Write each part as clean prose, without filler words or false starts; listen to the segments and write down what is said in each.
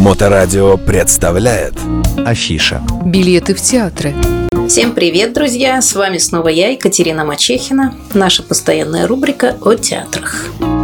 Моторадио представляет Афиша. Билеты в театры. Всем привет, друзья! С вами снова я, Екатерина Мачехина. Наша постоянная рубрика о театрах.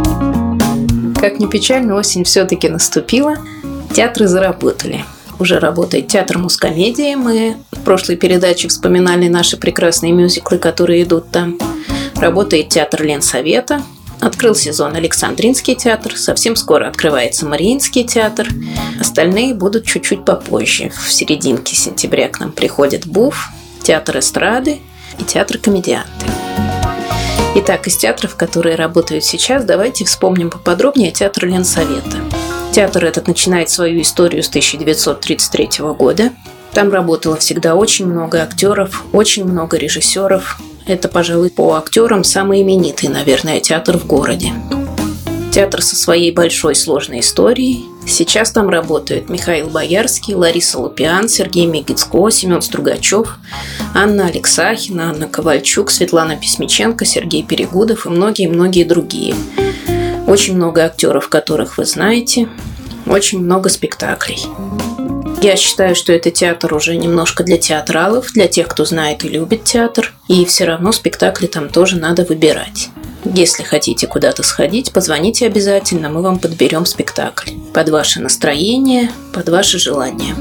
Как ни печально, осень все-таки наступила. Театры заработали. Уже работает театр Мускомедии. Мы в прошлой передаче вспоминали наши прекрасные мюзиклы, которые идут там. Работает театр Ленсовета. Открыл сезон Александринский театр. Совсем скоро открывается Мариинский театр. Остальные будут чуть-чуть попозже. В серединке сентября к нам приходит БУФ, театр эстрады и театр комедианты. Итак, из театров, которые работают сейчас, давайте вспомним поподробнее театр Ленсовета. Театр этот начинает свою историю с 1933 года. Там работало всегда очень много актеров, очень много режиссеров. Это, пожалуй, по актерам самый именитый, наверное, театр в городе. Театр со своей большой сложной историей. Сейчас там работают Михаил Боярский, Лариса Лупиан, Сергей Мегицко, Семен Стругачев, Анна Алексахина, Анна Ковальчук, Светлана Письмиченко, Сергей Перегудов и многие-многие другие. Очень много актеров, которых вы знаете, очень много спектаклей. Я считаю, что это театр уже немножко для театралов, для тех, кто знает и любит театр. И все равно спектакли там тоже надо выбирать. Если хотите куда-то сходить, позвоните обязательно, мы вам подберем спектакль. Под ваше настроение, под ваше желание.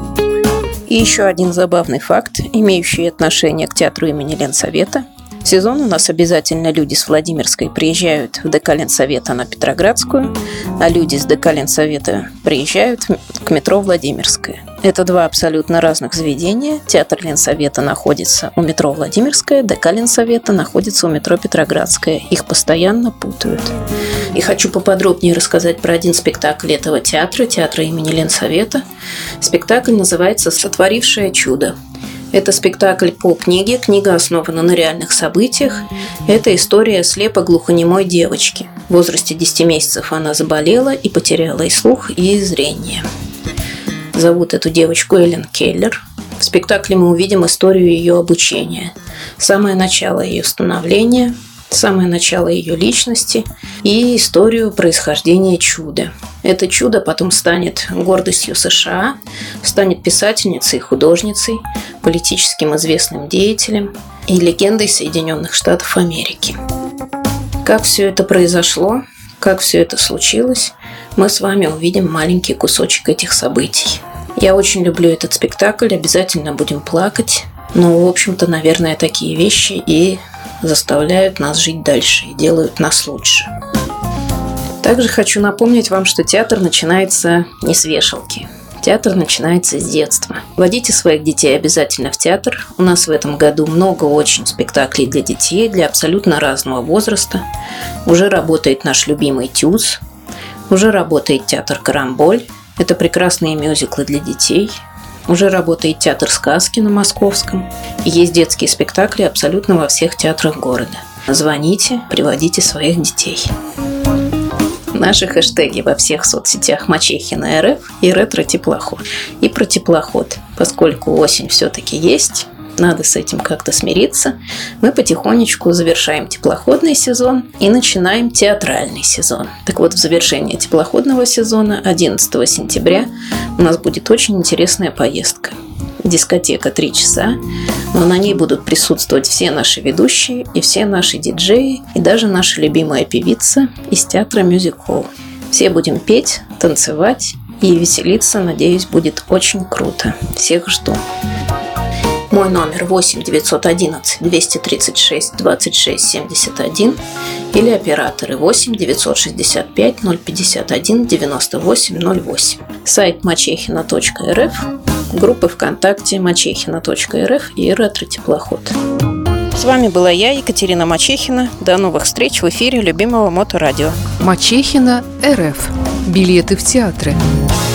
И еще один забавный факт, имеющий отношение к театру имени Ленсовета. В сезон у нас обязательно люди с Владимирской приезжают в ДК Ленсовета на Петроградскую, а люди с ДК Ленсовета приезжают к метро Владимирская. Это два абсолютно разных заведения. Театр Ленсовета находится у метро Владимирская, ДК Ленсовета находится у метро Петроградская. Их постоянно путают. И хочу поподробнее рассказать про один спектакль этого театра, театра имени Ленсовета. Спектакль называется «Сотворившее чудо». Это спектакль по книге. Книга основана на реальных событиях. Это история слепо-глухонемой девочки. В возрасте 10 месяцев она заболела и потеряла и слух, и зрение. Зовут эту девочку Эллен Келлер. В спектакле мы увидим историю ее обучения. Самое начало ее становления, самое начало ее личности и историю происхождения чуда. Это чудо потом станет гордостью США, станет писательницей и художницей, политическим известным деятелем и легендой Соединенных Штатов Америки. Как все это произошло, как все это случилось, мы с вами увидим маленький кусочек этих событий. Я очень люблю этот спектакль, обязательно будем плакать, но, в общем-то, наверное, такие вещи и заставляют нас жить дальше и делают нас лучше. Также хочу напомнить вам, что театр начинается не с вешалки. Театр начинается с детства. Водите своих детей обязательно в театр. У нас в этом году много очень спектаклей для детей, для абсолютно разного возраста. Уже работает наш любимый ТЮЗ. Уже работает театр «Карамболь». Это прекрасные мюзиклы для детей. Уже работает театр сказки на Московском. И есть детские спектакли абсолютно во всех театрах города. Звоните, приводите своих детей. Наши хэштеги во всех соцсетях Мачехина РФ и ретро-теплоход. И про теплоход. Поскольку осень все-таки есть, надо с этим как-то смириться, мы потихонечку завершаем теплоходный сезон и начинаем театральный сезон. Так вот, в завершение теплоходного сезона 11 сентября у нас будет очень интересная поездка. Дискотека 3 часа, но на ней будут присутствовать все наши ведущие и все наши диджеи, и даже наша любимая певица из театра Music Hall. Все будем петь, танцевать и веселиться, надеюсь, будет очень круто. Всех жду. Мой номер 8 911 236 26 71 или операторы 8 965 051 98 08. Сайт machechina.rf, группы ВКонтакте machechina.rf и ретро-теплоход. С вами была я, Екатерина Мачехина. До новых встреч в эфире любимого Моторадио. Мачехина РФ. Билеты в театры.